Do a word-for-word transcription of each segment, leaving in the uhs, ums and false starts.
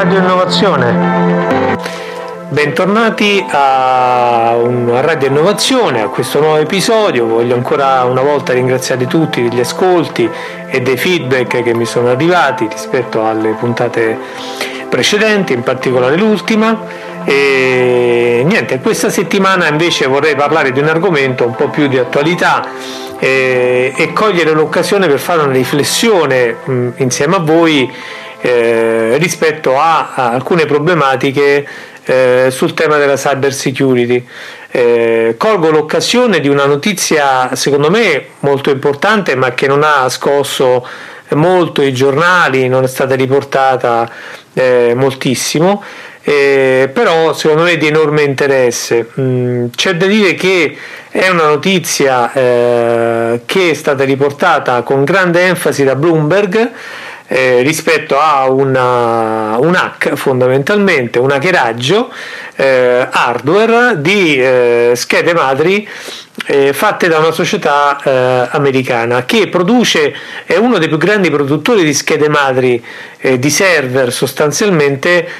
Radio Innovazione. Bentornati a, un, a Radio Innovazione, a questo nuovo episodio. Voglio ancora una volta ringraziare tutti degli ascolti e dei feedback che mi sono arrivati rispetto alle puntate precedenti, in particolare l'ultima. E niente, questa settimana invece vorrei parlare di un argomento un po' più di attualità e, e cogliere l'occasione per fare una riflessione mh, insieme a voi eh, rispetto a, a alcune problematiche eh, sul tema della cyber security. Eh, colgo l'occasione di una notizia secondo me molto importante, ma che non ha scosso molto i giornali, non è stata riportata eh, moltissimo. Eh, però secondo me di enorme interesse. Mm, c'è da dire che è una notizia eh, che è stata riportata con grande enfasi da Bloomberg eh, rispetto a una, un hack, fondamentalmente un hackeraggio eh, hardware di eh, schede madri eh, fatte da una società eh, americana che produce, è uno dei più grandi produttori di schede madri eh, di server sostanzialmente eh,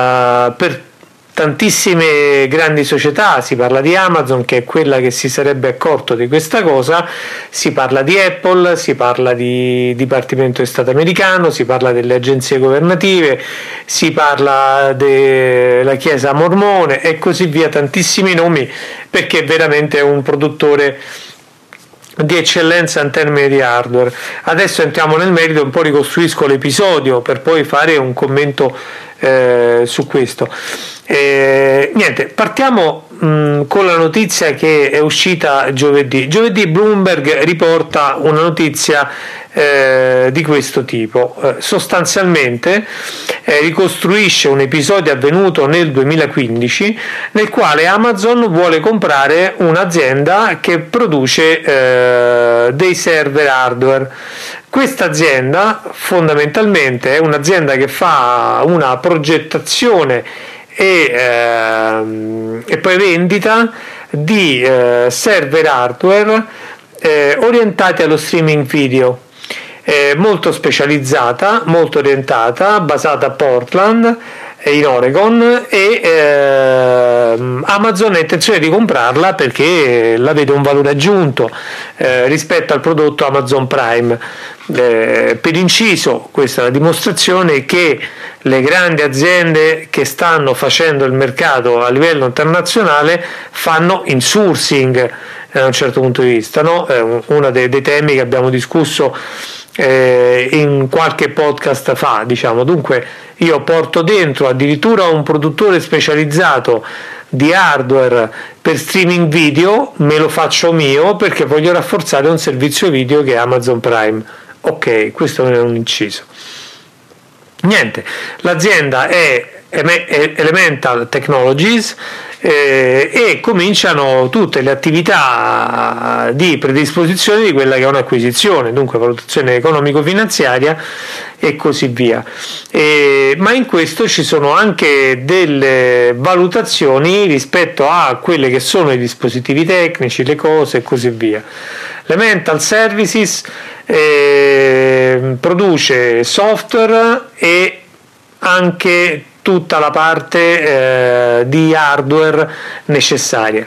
per tantissime grandi società. Si parla di Amazon, che è quella che si sarebbe accorto di questa cosa, si parla di Apple, si parla di Dipartimento di Stato americano, si parla delle agenzie governative, si parla della Chiesa mormone e così via, tantissimi nomi, perché veramente è un produttore di eccellenza in termini di hardware. Adesso entriamo nel merito, un po' ricostruisco l'episodio per poi fare un commento eh, su questo. Eh, niente, partiamo mh, con la notizia che è uscita giovedì. Giovedì Bloomberg riporta una notizia eh, di questo tipo. Eh, sostanzialmente eh, ricostruisce un episodio avvenuto nel duemilaquindici nel quale Amazon vuole comprare un'azienda che produce eh, dei server hardware. Questa azienda fondamentalmente è un'azienda che fa una progettazione e, ehm, e poi vendita di eh, server hardware eh, orientati allo streaming video, eh, molto specializzata, molto orientata, basata a Portland in Oregon, e eh, Amazon ha intenzione di comprarla perché la vede un valore aggiunto eh, rispetto al prodotto Amazon Prime. Eh, per inciso, questa è la dimostrazione che le grandi aziende che stanno facendo il mercato a livello internazionale fanno insourcing da un certo punto di vista, no? È uno dei, dei temi che abbiamo discusso eh, in qualche podcast fa, diciamo. Dunque io porto dentro addirittura un produttore specializzato di hardware per streaming video, me lo faccio mio perché voglio rafforzare un servizio video che è Amazon Prime. Ok, questo è un inciso. Niente, l'azienda è Elemental Technologies eh, e cominciano tutte le attività di predisposizione di quella che è un'acquisizione, dunque valutazione economico-finanziaria e così via. E, ma in questo ci sono anche delle valutazioni rispetto a quelle che sono i dispositivi tecnici, le cose e così via. Elemental Services eh, produce software e anche tutta la parte eh, di hardware necessaria.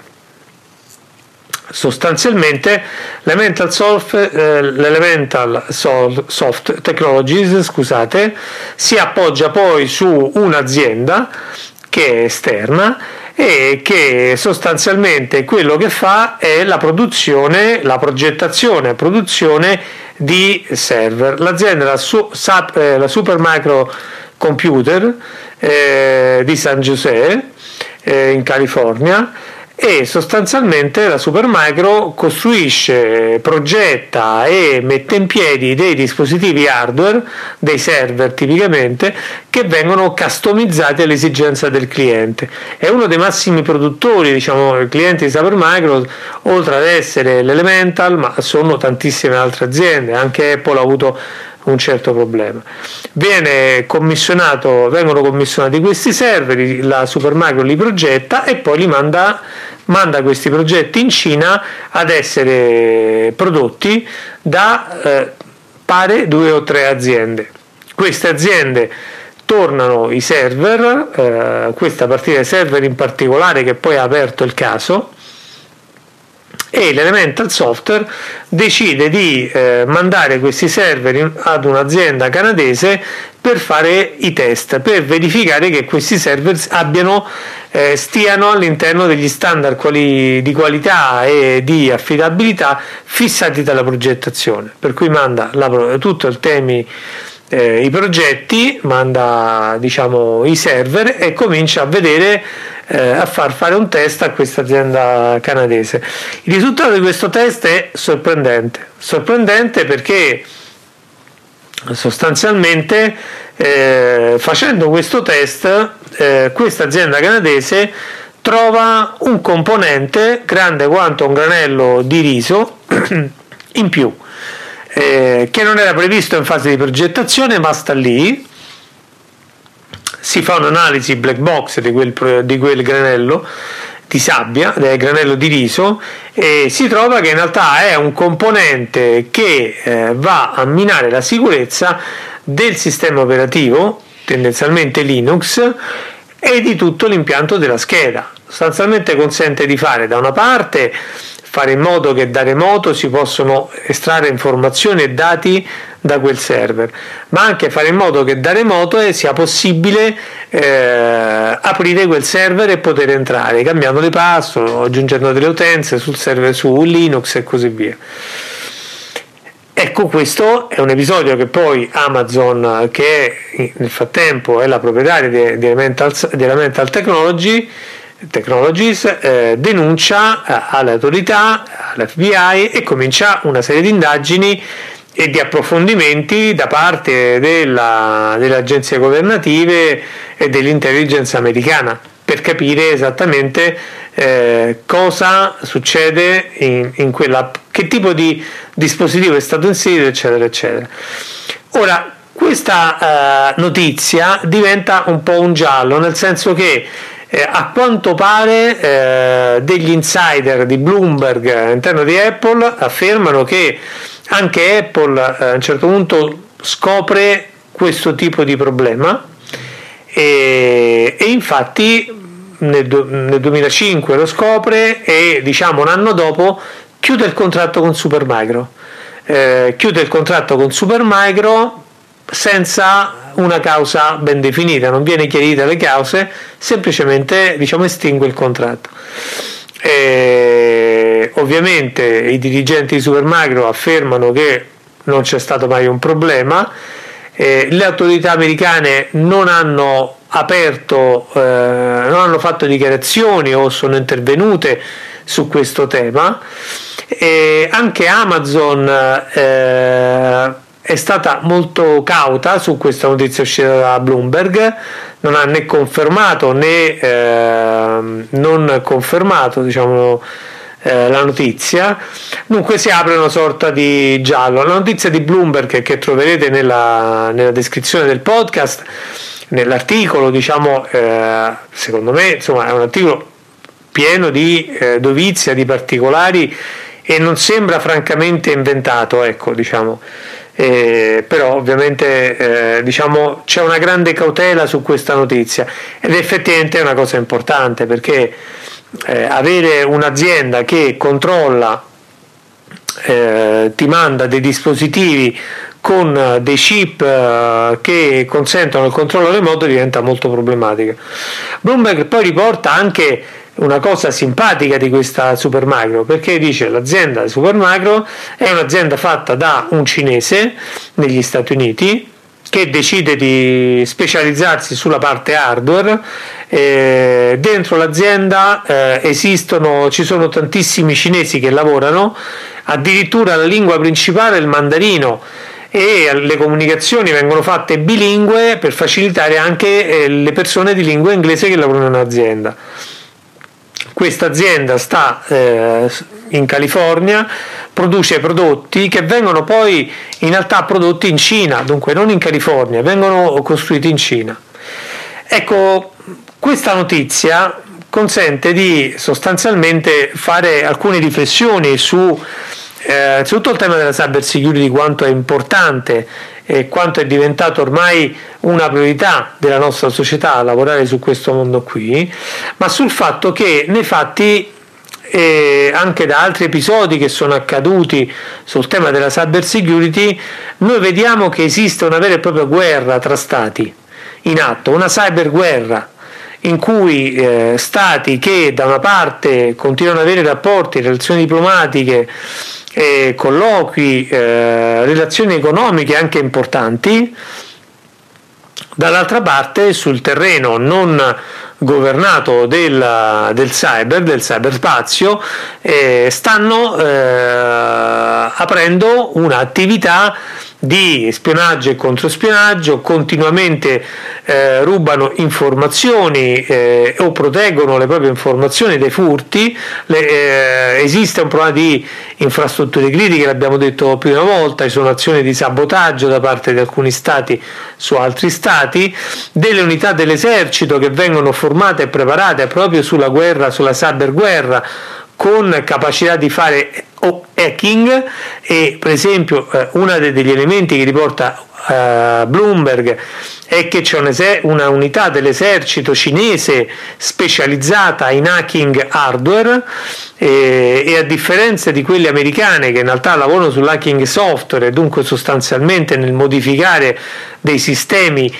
Sostanzialmente l'Elemental Soft, eh, l'Elemental Soft Technologies, scusate, si appoggia poi su un'azienda che è esterna e che sostanzialmente quello che fa è la produzione, la progettazione e produzione di server. L'azienda è la, su, eh, la Supermicro Computer eh, di San José eh, in California, e sostanzialmente la Supermicro costruisce, progetta e mette in piedi dei dispositivi hardware, dei server tipicamente, che vengono customizzati all'esigenza del cliente. È uno dei massimi produttori, diciamo, i clienti di Supermicro, oltre ad essere l'Elemental, ma sono tantissime altre aziende, anche Apple ha avuto un certo problema. Viene commissionato, vengono commissionati questi server, la Supermicro li progetta e poi li manda, manda questi progetti in Cina ad essere prodotti da eh, pare due o tre aziende. Queste aziende tornano i server, eh, questa partita dei server in particolare che poi ha aperto il caso, e l'Elemental Software decide di eh, mandare questi server in, ad un'azienda canadese per fare i test, per verificare che questi server abbiano, eh, stiano all'interno degli standard quali, di qualità e di affidabilità fissati dalla progettazione, per cui manda la, tutto il temi eh, i progetti, manda diciamo i server e comincia a vedere eh, a far fare un test a questa azienda canadese. Il risultato di questo test è sorprendente, sorprendente perché sostanzialmente eh, facendo questo test eh, questa azienda canadese trova un componente grande quanto un granello di riso in più, eh, che non era previsto in fase di progettazione, ma sta lì. Si fa un'analisi black box di quel, di quel granello di sabbia, del granello di riso, e si trova che in realtà è un componente che eh, va a minare la sicurezza del sistema operativo, tendenzialmente Linux, e di tutto l'impianto della scheda. Sostanzialmente consente di fare da una parte fare in modo che da remoto si possono estrarre informazioni e dati da quel server, ma anche fare in modo che da remoto sia possibile eh, aprire quel server e poter entrare cambiando le password, aggiungendo delle utenze sul server su Linux e così via. Ecco, questo è un episodio che poi Amazon, che nel frattempo è la proprietaria di, di, Elemental, di Elemental Technology Technologies eh, denuncia eh, alle autorità, all'F B I, e comincia una serie di indagini e di approfondimenti da parte della, delle agenzie governative e dell'intelligence americana per capire esattamente eh, cosa succede in, in quella, che tipo di dispositivo è stato inserito, eccetera eccetera. Ora, questa eh, notizia diventa un po' un giallo, nel senso che Eh, a quanto pare eh, degli insider di Bloomberg all'interno di Apple affermano che anche Apple eh, a un certo punto scopre questo tipo di problema e, e infatti nel, nel duemilacinque lo scopre e diciamo un anno dopo chiude il contratto con Supermicro, eh, chiude il contratto con Supermicro senza una causa ben definita, non viene chiarita le cause, semplicemente diciamo estingue il contratto. E ovviamente i dirigenti di Supermicro affermano che non c'è stato mai un problema, e le autorità americane non hanno aperto, eh, non hanno fatto dichiarazioni o sono intervenute su questo tema, e anche Amazon eh, è stata molto cauta su questa notizia uscita da Bloomberg, non ha né confermato né eh, non confermato diciamo eh, la notizia. Dunque si apre una sorta di giallo. La notizia di Bloomberg, che troverete nella, nella descrizione del podcast, nell'articolo, diciamo eh, secondo me insomma è un articolo pieno di eh, dovizia, di particolari, e non sembra francamente inventato, ecco, diciamo. Eh, però ovviamente eh, diciamo c'è una grande cautela su questa notizia ed effettivamente è una cosa importante, perché eh, avere un'azienda che controlla, eh, ti manda dei dispositivi con dei chip eh, che consentono il controllo remoto diventa molto problematica. Bloomberg poi riporta anche una cosa simpatica di questa Supermicro, perché dice l'azienda Supermicro è un'azienda fatta da un cinese negli Stati Uniti che decide di specializzarsi sulla parte hardware. Eh, dentro l'azienda eh, esistono, ci sono tantissimi cinesi che lavorano, addirittura la lingua principale è il mandarino e le comunicazioni vengono fatte bilingue per facilitare anche eh, le persone di lingua inglese che lavorano in azienda. Questa azienda sta eh, in California, produce prodotti che vengono poi in realtà prodotti in Cina, dunque non in California, vengono costruiti in Cina. Ecco, questa notizia consente di sostanzialmente fare alcune riflessioni su eh, tutto il tema della cyber security, quanto è importante eh, quanto è diventato ormai una priorità della nostra società lavorare su questo mondo qui, ma sul fatto che nei fatti e anche da altri episodi che sono accaduti sul tema della cyber security, noi vediamo che esiste una vera e propria guerra tra stati in atto, una cyber guerra in cui eh, stati che da una parte continuano ad avere rapporti, relazioni diplomatiche, eh, colloqui, eh, relazioni economiche anche importanti, dall'altra parte sul terreno non governato del, del cyber, del cyberspazio, eh, stanno eh, aprendo un'attività di spionaggio e controspionaggio, continuamente eh, rubano informazioni eh, o proteggono le proprie informazioni dai furti. Le, eh, esiste un problema di infrastrutture critiche, l'abbiamo detto più di una volta, ci sono azioni di sabotaggio da parte di alcuni stati su altri stati, delle unità dell'esercito che vengono formate e preparate proprio sulla guerra, sulla cyberguerra, con capacità di fare hacking. E per esempio eh, uno degli elementi che riporta eh, Bloomberg è che c'è una unità dell'esercito cinese specializzata in hacking hardware eh, e a differenza di quelle americane che in realtà lavorano sull'hacking software e dunque sostanzialmente nel modificare dei sistemi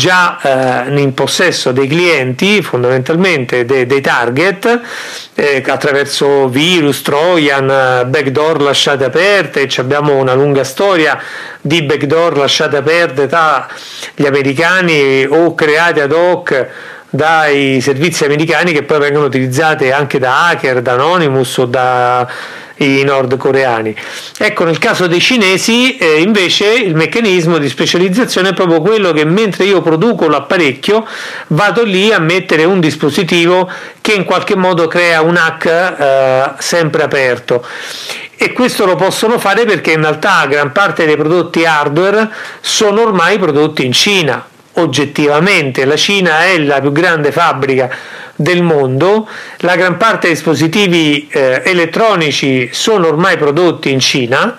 già eh, in possesso dei clienti, fondamentalmente dei, dei target, eh, attraverso virus, trojan, backdoor lasciate aperte. E abbiamo una lunga storia di backdoor lasciate aperte dagli americani o create ad hoc dai servizi americani che poi vengono utilizzate anche da hacker, da Anonymous o da i nordcoreani. Ecco, nel caso dei cinesi eh, invece il meccanismo di specializzazione è proprio quello che mentre io produco l'apparecchio vado lì a mettere un dispositivo che in qualche modo crea un hack eh, sempre aperto. E questo lo possono fare perché in realtà gran parte dei prodotti hardware sono ormai prodotti in Cina. Oggettivamente la Cina è la più grande fabbrica del mondo, la gran parte dei dispositivi eh, elettronici sono ormai prodotti in Cina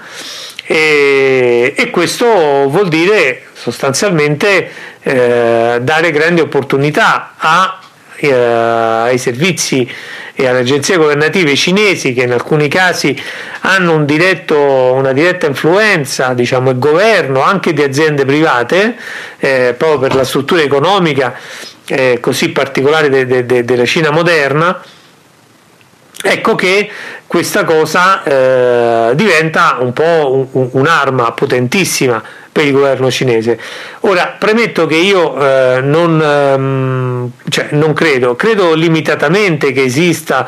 e, e questo vuol dire sostanzialmente eh, dare grandi opportunità a, eh, ai servizi e alle agenzie governative cinesi, che in alcuni casi hanno un diretto, una diretta influenza, diciamo, il governo anche di aziende private, eh, proprio per la struttura economica eh, così particolare de, de, de, della Cina moderna. Ecco che questa cosa eh, diventa un po' un, un'arma potentissima per il governo cinese. Ora, premetto che io eh, non, ehm, cioè, non credo, credo limitatamente che esista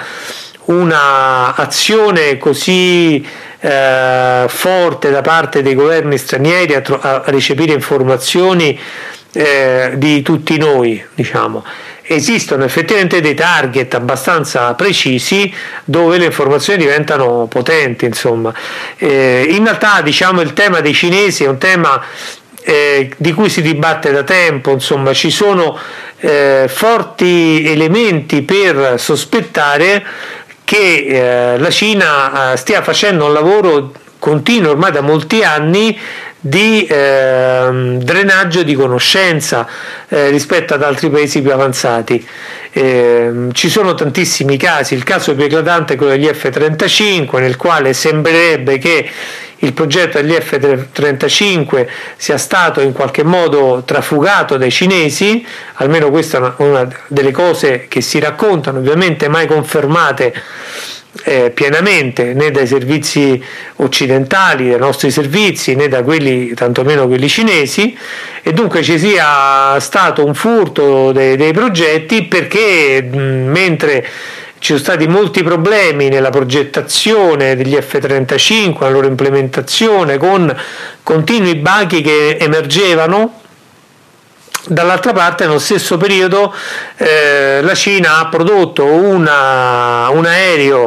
una azione così eh, forte da parte dei governi stranieri a, tro- a recepire informazioni eh, di tutti noi, diciamo. Esistono effettivamente dei target abbastanza precisi dove le informazioni diventano potenti, insomma. Eh, in realtà, diciamo, il tema dei cinesi è un tema eh, di cui si dibatte da tempo, insomma, ci sono eh, forti elementi per sospettare che eh, la Cina eh, stia facendo un lavoro continuo ormai da molti anni di eh, drenaggio di conoscenza eh, rispetto ad altri paesi più avanzati. Eh, ci sono tantissimi casi, il caso più eclatante è quello degli F trentacinque, nel quale sembrerebbe che il progetto degli F trentacinque sia stato in qualche modo trafugato dai cinesi, almeno questa è una, una delle cose che si raccontano, ovviamente mai confermate Eh, pienamente né dai servizi occidentali, dai nostri servizi, né da quelli, tantomeno quelli cinesi, e dunque ci sia stato un furto dei, dei progetti perché mh, mentre ci sono stati molti problemi nella progettazione degli F trentacinque, la loro implementazione con continui buchi che emergevano, dall'altra parte nello stesso periodo eh, la Cina ha prodotto una, un aereo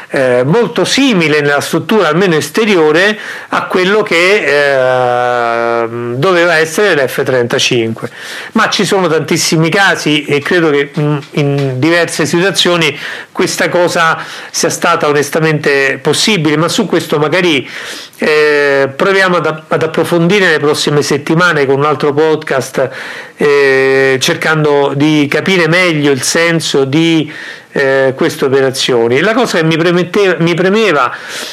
eh, molto simile nella struttura, almeno esteriore, a quello che eh, doveva essere l'F trentacinque. Ma ci sono tantissimi casi e credo che in, in diverse situazioni questa cosa sia stata onestamente possibile, ma su questo magari eh, proviamo ad, ad approfondire nelle prossime settimane con un altro podcast, eh, cercando di capire meglio il senso di eh, queste operazioni. La cosa che mi, mi premeva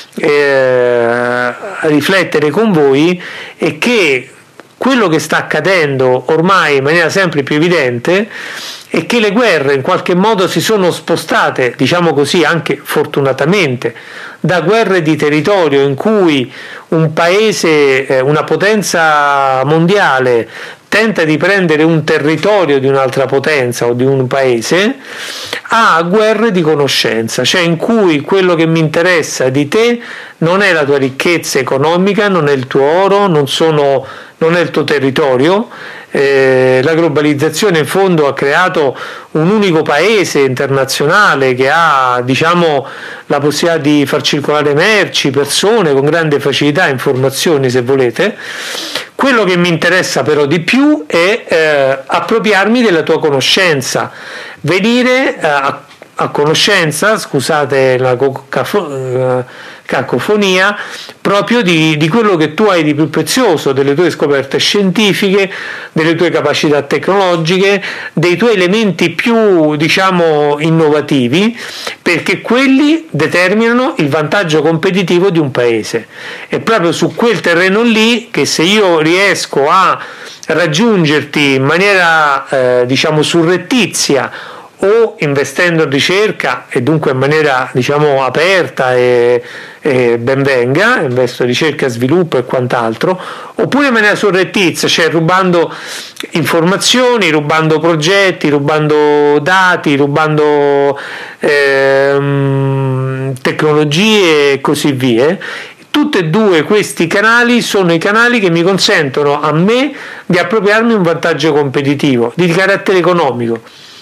eh, riflettere con voi è che quello che sta accadendo ormai in maniera sempre più evidente è che le guerre in qualche modo si sono spostate, diciamo così, anche fortunatamente, da guerre di territorio in cui un paese, eh, una potenza mondiale tenta di prendere un territorio di un'altra potenza o di un paese, a guerre di conoscenza, cioè in cui quello che mi interessa di te non è la tua ricchezza economica, non è il tuo oro, non, sono, non è il tuo territorio. Eh, la globalizzazione in fondo ha creato un unico paese internazionale che ha, diciamo, la possibilità di far circolare merci, persone con grande facilità, informazioni se volete. Quello che mi interessa però di più è eh, appropriarmi della tua conoscenza, venire eh, a, a conoscenza, scusate la cacofo- cacofonia, proprio di, di quello che tu hai di più prezioso, delle tue scoperte scientifiche, delle tue capacità tecnologiche, dei tuoi elementi più, diciamo, innovativi, perché quelli determinano il vantaggio competitivo di un paese. È proprio su quel terreno lì che, se io riesco a raggiungerti in maniera eh, diciamo surrettizia, o investendo in ricerca e dunque in maniera, diciamo, aperta e, e ben venga, investo in ricerca, sviluppo e quant'altro, oppure in maniera surrettizia, cioè rubando informazioni, rubando progetti, rubando dati, rubando ehm, tecnologie e così via. Tutti e due questi canali sono i canali che mi consentono a me di appropriarmi un vantaggio competitivo di carattere economico,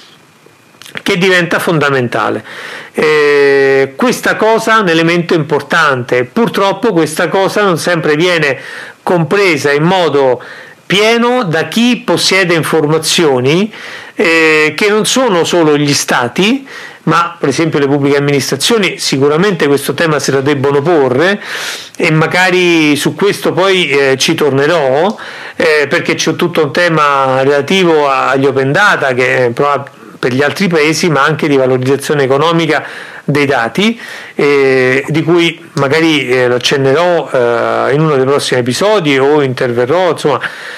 che diventa fondamentale. Eh, questa cosa è un elemento importante. Purtroppo questa cosa non sempre viene compresa in modo pieno da chi possiede informazioni eh, che non sono solo gli stati, ma per esempio le pubbliche amministrazioni sicuramente questo tema se lo debbono porre, e magari su questo poi eh, ci tornerò, eh, perché c'è tutto un tema relativo agli open data che è probabile per gli altri paesi, ma anche di valorizzazione economica dei dati, eh, di cui magari eh, lo accennerò eh, in uno dei prossimi episodi o interverrò, insomma,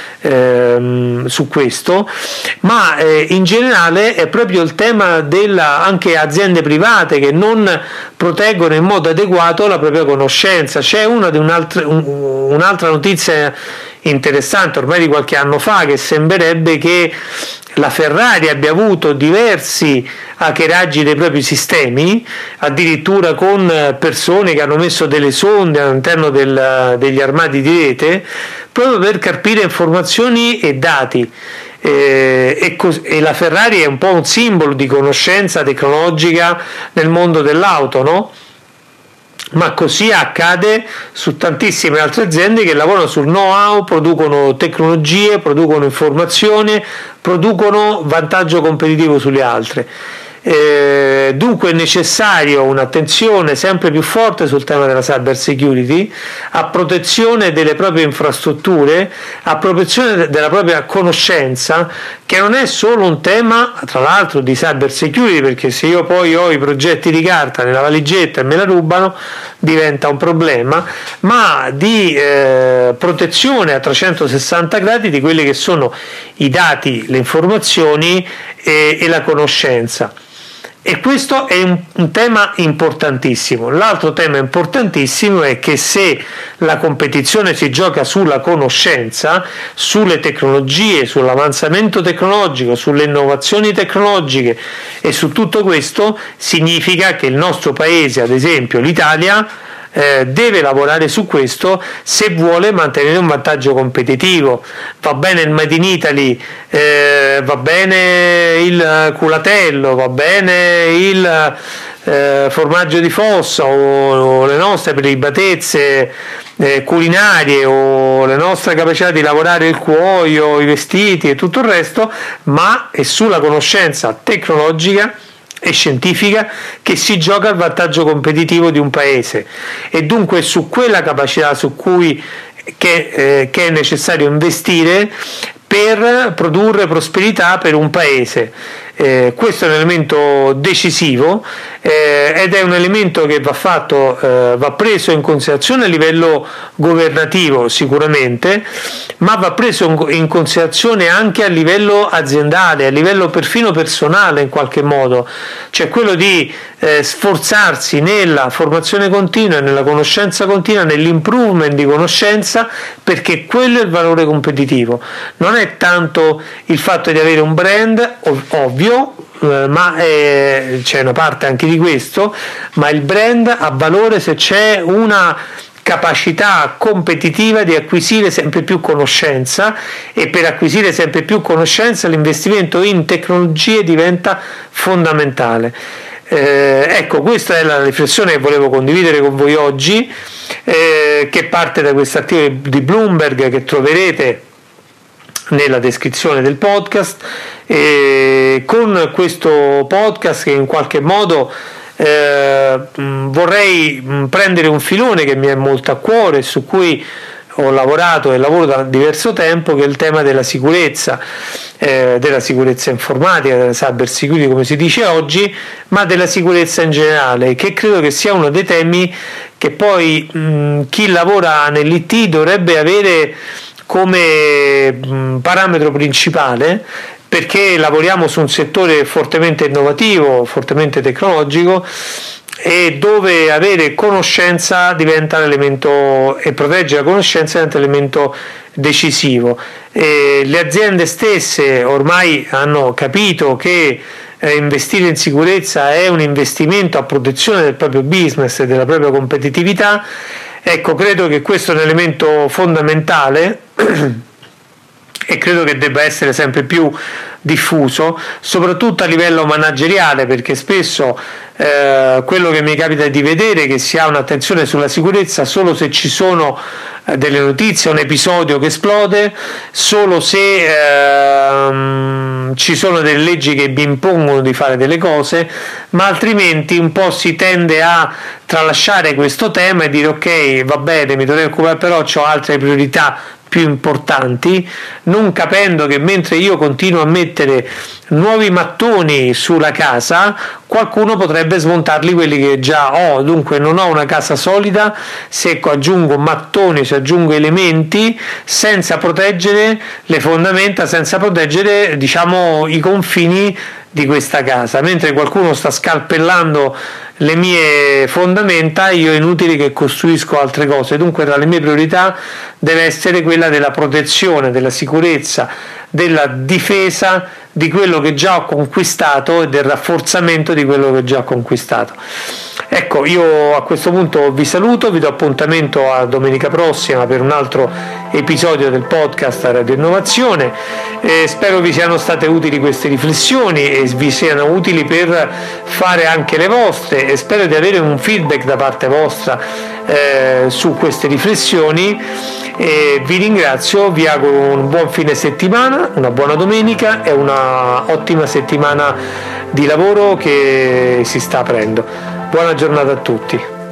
ehm, su questo. Ma eh, in generale è proprio il tema della anche aziende private che non proteggono in modo adeguato la propria conoscenza. C'è una di un'altra, un, un'altra notizia interessante ormai di qualche anno fa, che sembrerebbe che la Ferrari abbia avuto diversi hackeraggi dei propri sistemi, addirittura con persone che hanno messo delle sonde all'interno del, degli armadi di rete, proprio per carpire informazioni e dati. Eh, e, cos- e la Ferrari è un po' un simbolo di conoscenza tecnologica nel mondo dell'auto, no? Ma così accade su tantissime altre aziende che lavorano sul know-how, producono tecnologie, producono informazione, producono vantaggio competitivo sulle altre. Eh, dunque è necessario un'attenzione sempre più forte sul tema della cyber security, a protezione delle proprie infrastrutture, a protezione della propria conoscenza, che non è solo un tema, tra l'altro, di cyber security, perché se io poi ho i progetti di carta nella valigetta e me la rubano diventa un problema, ma di eh, protezione a trecentosessanta gradi di quelli che sono i dati, le informazioni e, e la conoscenza. E questo è un, un tema importantissimo. L'altro tema importantissimo è che se la competizione si gioca sulla conoscenza, sulle tecnologie, sull'avanzamento tecnologico, sulle innovazioni tecnologiche e su tutto questo, significa che il nostro paese, ad esempio l'Italia, Eh, deve lavorare su questo se vuole mantenere un vantaggio competitivo. Va bene il Made in Italy, eh, va bene il culatello, va bene il eh, formaggio di fossa o, o le nostre prelibatezze eh, culinarie o la nostra capacità di lavorare il cuoio, i vestiti e tutto il resto, ma è sulla conoscenza tecnologica e scientifica che si gioca il vantaggio competitivo di un paese, e dunque su quella capacità su cui che, eh, che è necessario investire per produrre prosperità per un paese. Eh, questo è un elemento decisivo eh, ed è un elemento che va fatto, eh, va preso in considerazione a livello governativo sicuramente, ma va preso in considerazione anche a livello aziendale, a livello perfino personale in qualche modo, cioè quello di eh, sforzarsi nella formazione continua, nella conoscenza continua, nell'improvement di conoscenza, perché quello è il valore competitivo. Non è tanto il fatto di avere un brand, ov- ovvio, ma eh, c'è una parte anche di questo, ma il brand ha valore se c'è una capacità competitiva di acquisire sempre più conoscenza, e per acquisire sempre più conoscenza l'investimento in tecnologie diventa fondamentale. Eh, ecco, questa è la riflessione che volevo condividere con voi oggi, eh, che parte da questo articolo di Bloomberg che troverete nella descrizione del podcast. E con questo podcast, che in qualche modo eh, vorrei prendere un filone che mi è molto a cuore, su cui ho lavorato e lavoro da diverso tempo, che è il tema della sicurezza, eh, della sicurezza informatica, della cyber security come si dice oggi, ma della sicurezza in generale, che credo che sia uno dei temi che poi mh, chi lavora nell'I T dovrebbe avere come mh, parametro principale, perché lavoriamo su un settore fortemente innovativo, fortemente tecnologico, e dove avere conoscenza diventa l'elemento, e proteggere la conoscenza diventa l'elemento decisivo. E le aziende stesse ormai hanno capito che eh, investire in sicurezza è un investimento a protezione del proprio business e della propria competitività. Ecco, credo che questo è un elemento fondamentale e credo che debba essere sempre più diffuso, soprattutto a livello manageriale, perché spesso eh, quello che mi capita di vedere è che si ha un'attenzione sulla sicurezza solo se ci sono eh, delle notizie, un episodio che esplode, solo se ehm, ci sono delle leggi che vi impongono di fare delle cose, ma altrimenti un po' si tende a tralasciare questo tema e dire ok, va bene, mi dovrei occupare, però ho altre priorità più importanti, non capendo che mentre io continuo a mettere nuovi mattoni sulla casa, qualcuno potrebbe smontarli quelli che già ho. Dunque non ho una casa solida se aggiungo mattoni, se aggiungo elementi senza proteggere le fondamenta, senza proteggere, diciamo, i confini di questa casa. Mentre qualcuno sta scalpellando le mie fondamenta, io è inutile che costruisco altre cose. Dunque tra le mie priorità deve essere quella della protezione, della sicurezza, della difesa di quello che già ho conquistato e del rafforzamento di quello che già ho conquistato. Ecco, io a questo punto vi saluto, vi do appuntamento a domenica prossima per un altro episodio del podcast Radio Innovazione. Eh, spero vi siano state utili queste riflessioni e vi siano utili per fare anche le vostre, e spero di avere un feedback da parte vostra eh, su queste riflessioni. E vi ringrazio, vi auguro un buon fine settimana, una buona domenica e una ottima settimana di lavoro che si sta aprendo. Buona giornata a tutti.